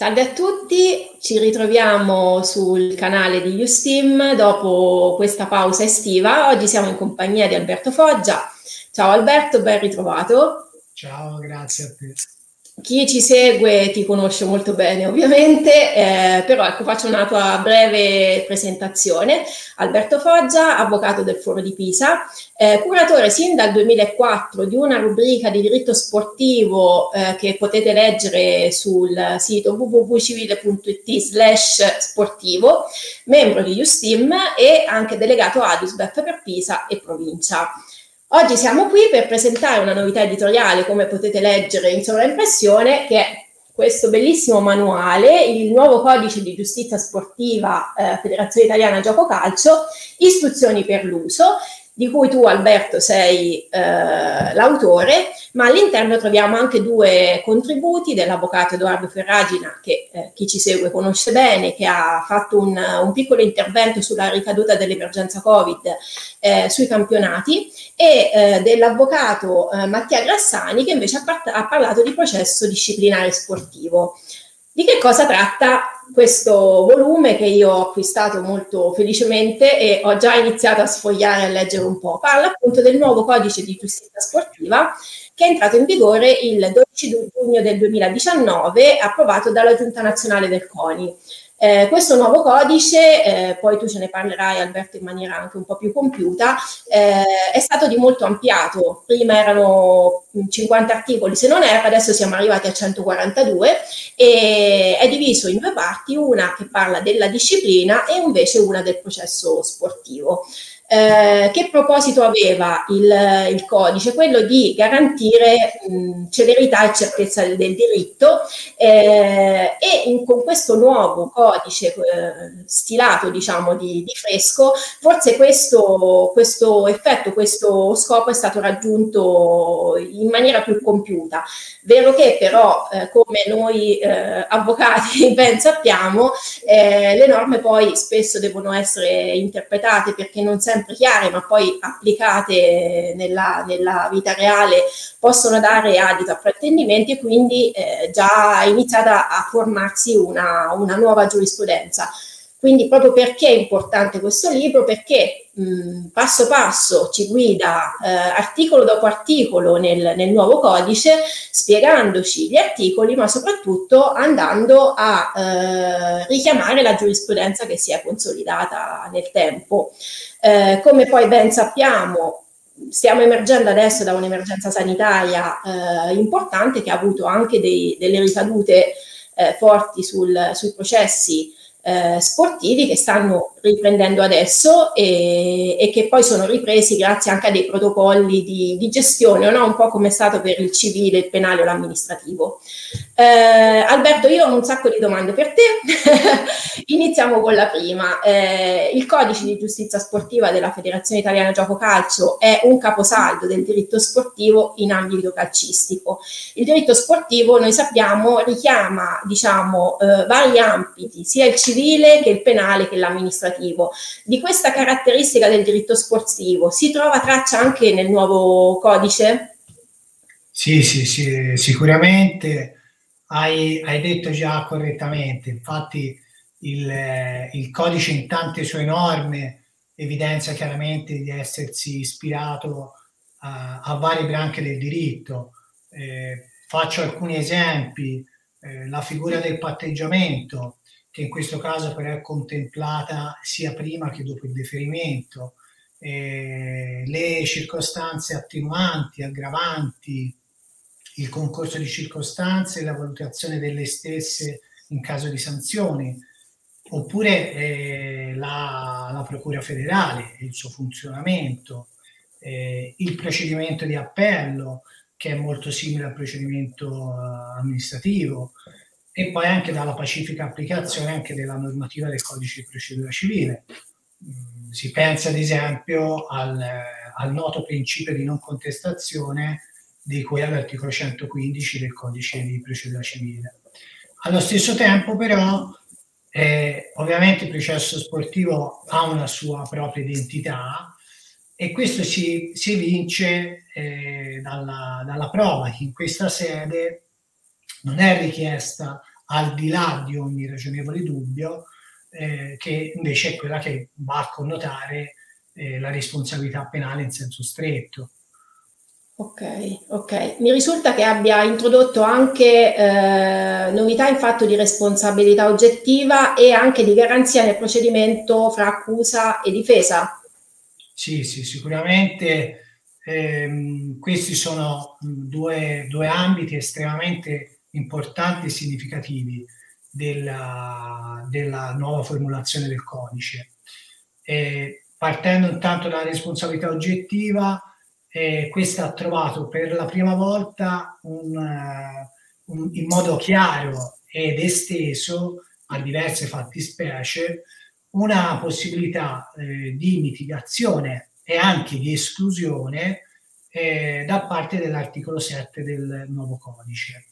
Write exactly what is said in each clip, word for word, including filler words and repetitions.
Salve a tutti, ci ritroviamo sul canale di YouSteam dopo questa pausa estiva. Oggi siamo in compagnia di Alberto Foggia. Ciao Alberto, ben ritrovato. Ciao, grazie a te. Chi ci segue ti conosce molto bene ovviamente, eh, però ecco, faccio una tua breve presentazione. Alberto Foggia, avvocato del Foro di Pisa, eh, curatore sin dal duemilaquattro di una rubrica di diritto sportivo eh, che potete leggere sul sito w w w punto civile punto i t slash sportivo, membro di YouSteam e anche delegato ADUSBEF per Pisa e provincia. Oggi siamo qui per presentare una novità editoriale, come potete leggere in sovraimpressione, che è questo bellissimo manuale, il nuovo codice di giustizia sportiva eh, Federazione Italiana Gioco Calcio, istruzioni per l'uso, di cui tu Alberto sei eh, l'autore, ma all'interno troviamo anche due contributi dell'avvocato Edoardo Ferragina, che eh, chi ci segue conosce bene, che ha fatto un, un piccolo intervento sulla ricaduta dell'emergenza Covid eh, sui campionati, e eh, dell'avvocato eh, Mattia Grassani, che invece ha, part- ha parlato di processo disciplinare sportivo. Di che cosa tratta questo volume che io ho acquistato molto felicemente e ho già iniziato a sfogliare e a leggere un po'? Parla appunto del nuovo codice di giustizia sportiva che è entrato in vigore il dodici giugno del duemiladiciannove, approvato dalla Giunta Nazionale del CONI. Eh, questo nuovo codice, eh, poi tu ce ne parlerai Alberto in maniera anche un po' più compiuta, eh, è stato di molto ampliato. Prima erano cinquanta articoli, se non erro, adesso siamo arrivati a centoquarantadue e è diviso in due parti, una che parla della disciplina e invece una del processo sportivo. Eh, che proposito aveva il, il codice? Quello di garantire mh, celerità e certezza del, del diritto eh, e in, con questo nuovo codice eh, stilato diciamo di, di fresco, forse questo, questo effetto, questo scopo è stato raggiunto in maniera più compiuta. Vero che però eh, come noi eh, avvocati ben sappiamo eh, le norme poi spesso devono essere interpretate perché non sempre chiare, ma poi applicate nella, nella vita reale possono dare adito a fraintendimenti e quindi eh, già è iniziata a formarsi una, una nuova giurisprudenza. Quindi proprio perché è importante questo libro? Perché mh, passo passo ci guida eh, articolo dopo articolo nel, nel nuovo codice, spiegandoci gli articoli, ma soprattutto andando a eh, richiamare la giurisprudenza che si è consolidata nel tempo. Eh, come poi ben sappiamo, stiamo emergendo adesso da un'emergenza sanitaria eh, importante che ha avuto anche dei, delle ricadute eh, forti sul, sui processi Eh, sportivi che stanno riprendendo adesso e, e che poi sono ripresi grazie anche a dei protocolli di, di gestione, no? Un po' come è stato per il civile, il penale o l'amministrativo. Eh, Alberto, io ho un sacco di domande per te. Iniziamo con la prima. Eh, il codice di giustizia sportiva della Federazione Italiana Gioco Calcio è un caposaldo del diritto sportivo in ambito calcistico. Il diritto sportivo, noi sappiamo, richiama diciamo eh, vari ambiti, sia il civile che il penale che l'amministrativo. Di questa caratteristica del diritto sportivo si trova traccia anche nel nuovo codice? Sì, sì, sì, sicuramente hai, hai detto già correttamente. Infatti il, il codice in tante sue norme evidenzia chiaramente di essersi ispirato a, a varie branche del diritto. Eh, faccio alcuni esempi. Eh, la figura del patteggiamento, che in questo caso però è contemplata sia prima che dopo il deferimento, eh, le circostanze attenuanti, aggravanti, il concorso di circostanze e la valutazione delle stesse in caso di sanzioni, oppure eh, la, la Procura federale e il suo funzionamento, eh, il procedimento di appello, che è molto simile al procedimento uh, amministrativo, e poi anche dalla pacifica applicazione anche della normativa del codice di procedura civile. Mm, si pensa ad esempio al, al noto principio di non contestazione di cui all'articolo centoquindici del codice di procedura civile. Allo stesso tempo però eh, ovviamente il processo sportivo ha una sua propria identità e questo si, si evince eh, dalla, dalla prova che in questa sede non è richiesta al di là di ogni ragionevole dubbio, eh, che invece è quella che va a connotare eh, la responsabilità penale in senso stretto. Ok, ok. Mi risulta che abbia introdotto anche eh, novità in fatto di responsabilità oggettiva e anche di garanzia nel procedimento fra accusa e difesa. Sì, sì, sicuramente ehm, questi sono due, due ambiti estremamente importanti e significativi della, della nuova formulazione del codice. Eh, partendo intanto dalla responsabilità oggettiva, eh, questa ha trovato per la prima volta un, uh, un, in modo chiaro ed esteso a diverse fattispecie una possibilità eh, di mitigazione e anche di esclusione eh, da parte dell'articolo sette del nuovo codice,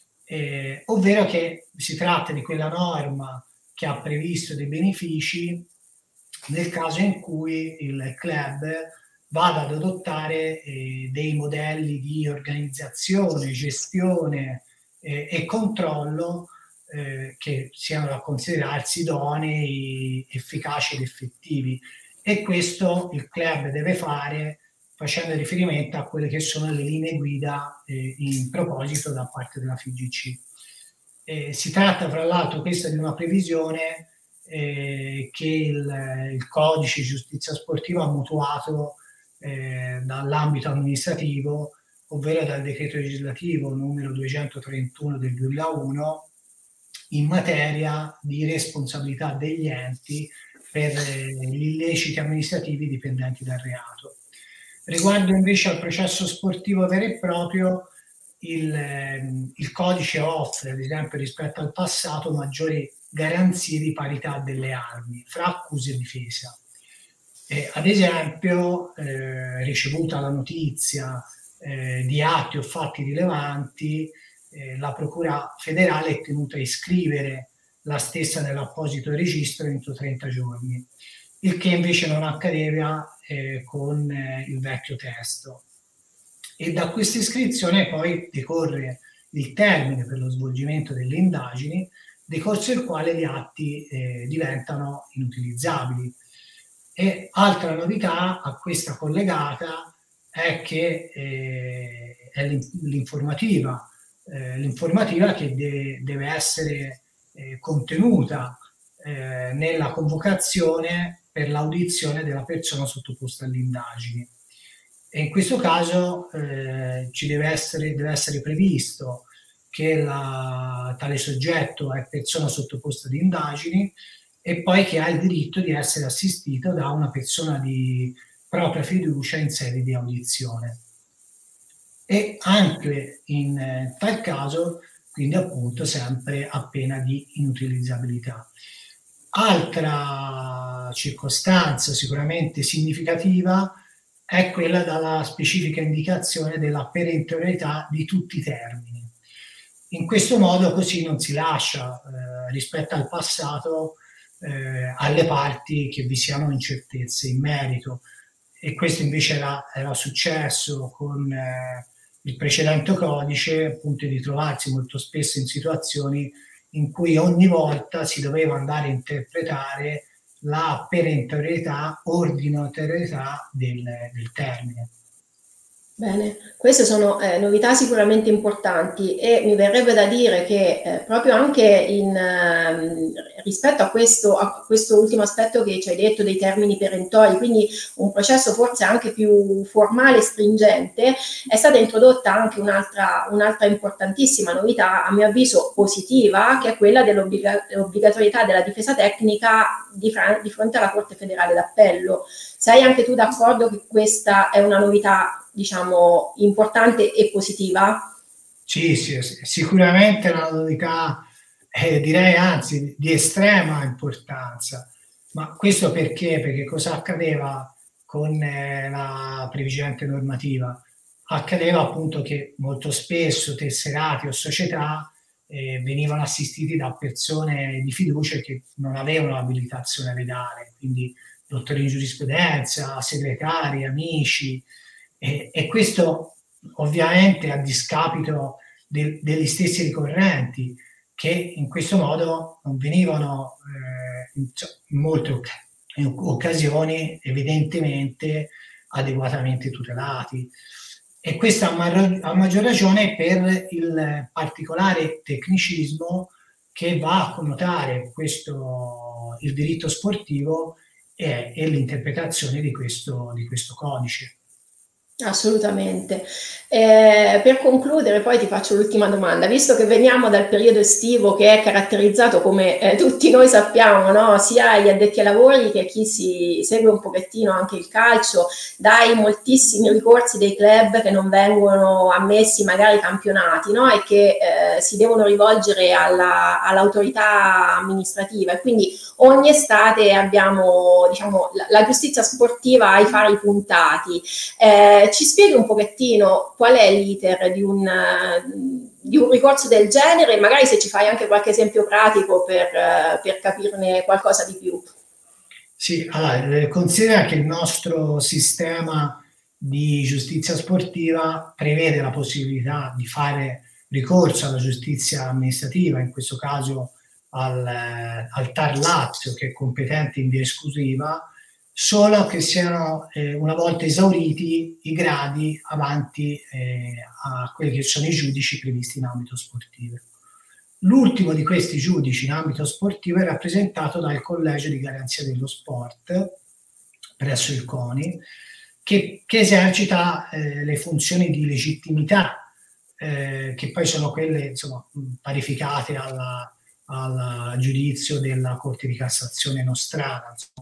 eh, ovvero che si tratta di quella norma che ha previsto dei benefici nel caso in cui il club vada ad adottare eh, dei modelli di organizzazione, gestione eh, e controllo eh, che siano da considerarsi idonei, efficaci ed effettivi. E questo il club deve fare facendo riferimento a quelle che sono le linee guida eh, in proposito da parte della F I G C. Eh, si tratta fra l'altro questa di una previsione eh, che il, il codice di giustizia sportiva ha mutuato eh, dall'ambito amministrativo, ovvero dal decreto legislativo numero duecentotrentuno del duemilauno in materia di responsabilità degli enti per eh, gli illeciti amministrativi dipendenti dal reato. Riguardo invece al processo sportivo vero e proprio, il, eh, il codice offre, ad esempio rispetto al passato, maggiori garanzie di parità delle armi fra accusa e difesa. Eh, ad esempio, eh, ricevuta la notizia eh, di atti o fatti rilevanti, eh, la Procura federale è tenuta a iscrivere la stessa nell'apposito registro entro trenta giorni, il che invece non accadeva eh, con eh, il vecchio testo. E da questa iscrizione poi decorre il termine per lo svolgimento delle indagini, decorso il quale gli atti eh, diventano inutilizzabili. E altra novità a questa collegata è che eh, è l'informativa, eh, l'informativa che de- deve essere eh, contenuta eh, nella convocazione per l'audizione della persona sottoposta alle indagini. E in questo caso eh, ci deve essere, deve essere previsto che la, tale soggetto è persona sottoposta ad indagini e poi che ha il diritto di essere assistito da una persona di propria fiducia in sede di audizione. E anche in eh, tal caso, quindi appunto sempre a pena di inutilizzabilità. Altra circostanza sicuramente significativa è quella dalla specifica indicazione della perentorietà di tutti i termini. In questo modo così non si lascia eh, rispetto al passato eh, alle parti che vi siano incertezze in merito, e questo invece era, era successo con eh, il precedente codice, appunto di trovarsi molto spesso in situazioni in cui ogni volta si doveva andare a interpretare la perentorietà, ordinatorietà del, del termine. Bene, queste sono eh, novità sicuramente importanti e mi verrebbe da dire che eh, proprio anche in, eh, rispetto a questo, a questo ultimo aspetto che ci hai detto dei termini perentori, quindi un processo forse anche più formale e stringente, è stata introdotta anche un'altra, un'altra importantissima novità, a mio avviso positiva, che è quella dell'obbligatorietà della difesa tecnica di, fran- di fronte alla Corte Federale d'Appello. Sei anche tu d'accordo che questa è una novità, diciamo, importante e positiva? Sì, sì, sicuramente è una novità, eh, direi anzi di estrema importanza. Ma questo perché? Perché cosa accadeva con eh, la previgente normativa? Accadeva appunto che molto spesso tesserati o società eh, venivano assistiti da persone di fiducia che non avevano abilitazione legale, quindi dottori in giurisprudenza, segretari, amici, e, e questo ovviamente a discapito de, degli stessi ricorrenti che in questo modo non venivano eh, in, in molte occasioni evidentemente adeguatamente tutelati. E questa a maggior ragione per il particolare tecnicismo che va a connotare questo, il diritto sportivo e, e l'interpretazione di questo, di questo codice. Assolutamente. Eh, per concludere, poi ti faccio l'ultima domanda. Visto che veniamo dal periodo estivo che è caratterizzato, come eh, tutti noi sappiamo, no? Sia gli addetti ai lavori che chi si segue un pochettino anche il calcio, dai moltissimi ricorsi dei club che non vengono ammessi magari ai campionati, no? E che eh, si devono rivolgere alla, all'autorità amministrativa. E quindi ogni estate abbiamo, diciamo, la, la giustizia sportiva ai fari puntati. Eh, ci spieghi un pochettino qual è l'iter di un, di un ricorso del genere, magari se ci fai anche qualche esempio pratico per, per capirne qualcosa di più. Sì, allora, considera che il nostro sistema di giustizia sportiva prevede la possibilità di fare ricorso alla giustizia amministrativa, in questo caso al, al TAR Lazio, che è competente in via esclusiva, solo che siano eh, una volta esauriti i gradi avanti eh, a quelli che sono i giudici previsti in ambito sportivo. L'ultimo di questi giudici in ambito sportivo è rappresentato dal Collegio di Garanzia dello Sport presso il CONI, che, che esercita eh, le funzioni di legittimità, eh, che poi sono quelle, insomma, parificate alla, al giudizio della Corte di Cassazione nostrana, insomma.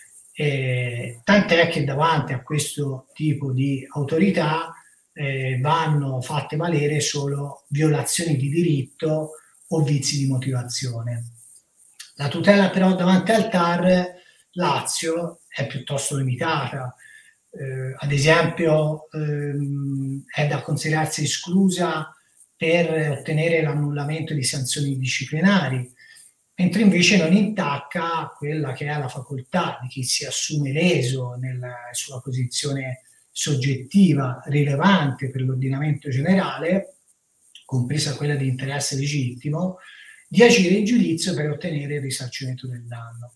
Eh, tant'è che davanti a questo tipo di autorità eh, vanno fatte valere solo violazioni di diritto o vizi di motivazione. La tutela però davanti al TAR Lazio è piuttosto limitata. Eh, ad esempio ehm, è da considerarsi esclusa per ottenere l'annullamento di sanzioni disciplinari, mentre invece non intacca quella che è la facoltà di chi si assume leso nella sua posizione soggettiva rilevante per l'ordinamento generale, compresa quella di interesse legittimo, di agire in giudizio per ottenere il risarcimento del danno.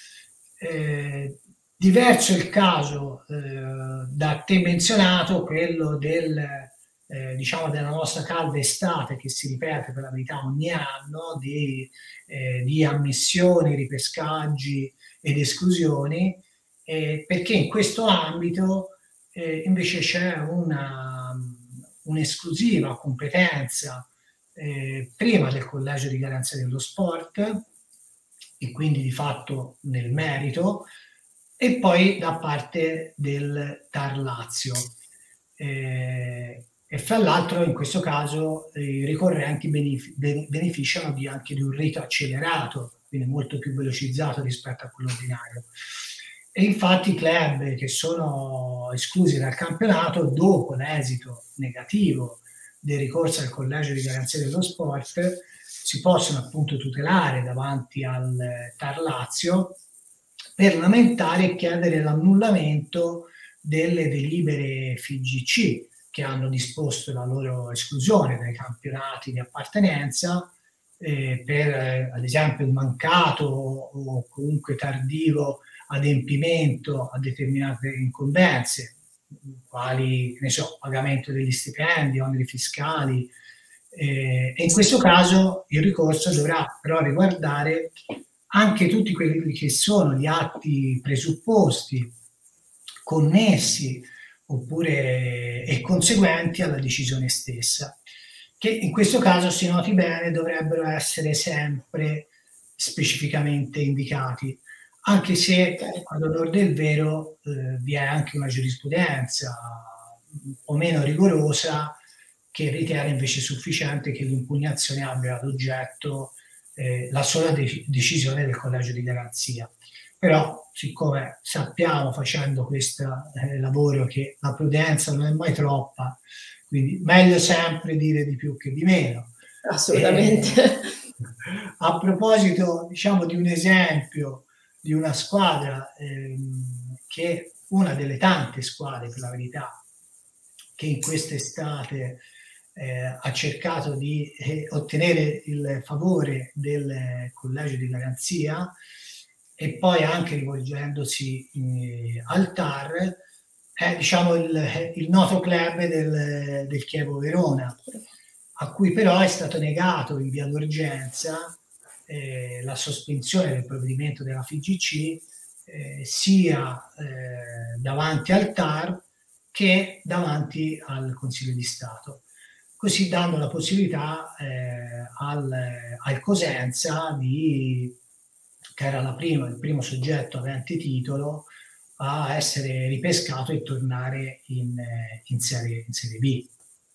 Eh, diverso è il caso eh, da te menzionato, quello del Eh, diciamo della nostra calda estate, che si ripete per la verità ogni anno, di, eh, di ammissioni, ripescaggi ed esclusioni, eh, perché in questo ambito eh, invece c'è una, un'esclusiva competenza eh, prima del Collegio di Garanzia dello Sport, e quindi di fatto nel merito, e poi da parte del TAR Lazio. Eh, E fra l'altro in questo caso eh, i ricorrenti benef- beneficiano di, anche di un rito accelerato, quindi molto più velocizzato rispetto a quello ordinario. E infatti i club che sono esclusi dal campionato, dopo l'esito negativo del ricorso al Collegio di Garanzia dello Sport, si possono appunto tutelare davanti al TAR Lazio per lamentare e chiedere l'annullamento delle delibere F I G C, che hanno disposto la loro esclusione dai campionati di appartenenza eh, per, eh, ad esempio, il mancato o comunque tardivo adempimento a determinate incombenze, quali, ne so, pagamento degli stipendi, oneri fiscali. Eh, e in questo caso il ricorso dovrà però riguardare anche tutti quelli che sono gli atti presupposti, connessi oppure e conseguenti alla decisione stessa, che in questo caso, si noti bene, dovrebbero essere sempre specificamente indicati, anche se ad onor del vero eh, vi è anche una giurisprudenza un po' meno rigorosa che ritiene invece sufficiente che l'impugnazione abbia ad oggetto eh, la sola de- decisione del Collegio di Garanzia. Però, siccome sappiamo facendo questo eh, lavoro che la prudenza non è mai troppa, quindi meglio sempre dire di più che di meno. Assolutamente. Eh, a proposito, diciamo, di un esempio di una squadra ehm, che una delle tante squadre, per la verità, che in quest'estate eh, ha cercato di eh, ottenere il favore del collegio di garanzia, e poi anche rivolgendosi eh, al T A R, è diciamo il, il noto club del, del Chievo Verona, a cui però è stato negato in via d'urgenza eh, la sospensione del provvedimento della F I G C eh, sia eh, davanti al T A R che davanti al Consiglio di Stato, così dando la possibilità eh, al, al Cosenza, di, che era la prima, il primo soggetto avente titolo, a essere ripescato e tornare in, in, serie, in Serie B.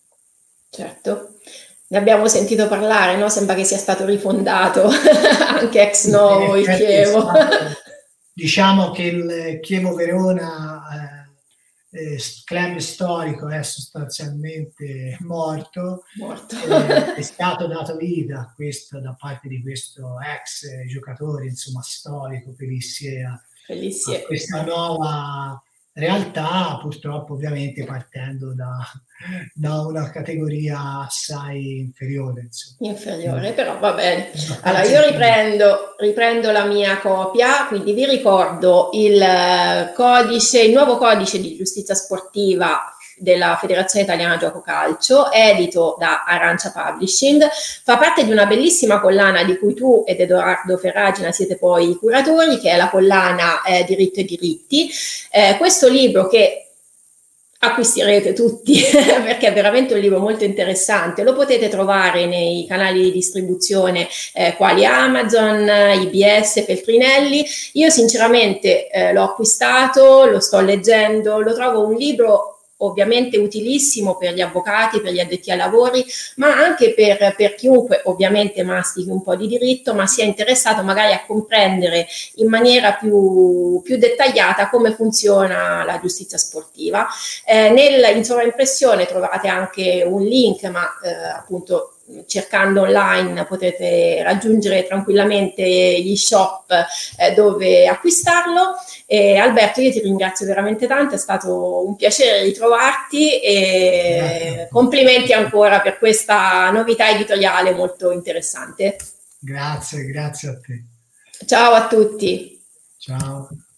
Certo, ne abbiamo sentito parlare, no? Sembra che sia stato rifondato anche ex novo il Chievo. Stato, diciamo che il Chievo Verona, eh, eh, club storico, è sostanzialmente morto, morto. Eh, è stato dato vita a questo da parte di questo ex giocatore, insomma, storico, Pellissier, a questa nuova realtà, purtroppo ovviamente partendo da, da una categoria assai inferiore. Insomma. Inferiore, però va bene. Allora io riprendo, riprendo la mia copia, quindi vi ricordo il codice, il nuovo codice di giustizia sportiva della Federazione Italiana Gioco Calcio, edito da Arancia Publishing, fa parte di una bellissima collana di cui tu ed Edoardo Ferragina siete poi i curatori, che è la collana eh, Diritto e Diritti. Eh, questo libro che acquisterete tutti perché è veramente un libro molto interessante, lo potete trovare nei canali di distribuzione eh, quali Amazon, I B S, Feltrinelli. Io sinceramente eh, l'ho acquistato, lo sto leggendo, lo trovo un libro ovviamente utilissimo per gli avvocati, per gli addetti ai lavori, ma anche per, per chiunque ovviamente mastichi un po' di diritto, ma sia interessato magari a comprendere in maniera più, più dettagliata come funziona la giustizia sportiva. Eh, nel, in sovraimpressione trovate anche un link, ma eh, appunto cercando online potete raggiungere tranquillamente gli shop eh, dove acquistarlo. E Alberto, io ti ringrazio veramente tanto, è stato un piacere ritrovarti e complimenti ancora per questa novità editoriale molto interessante. Grazie, grazie a te. Ciao a tutti. Ciao.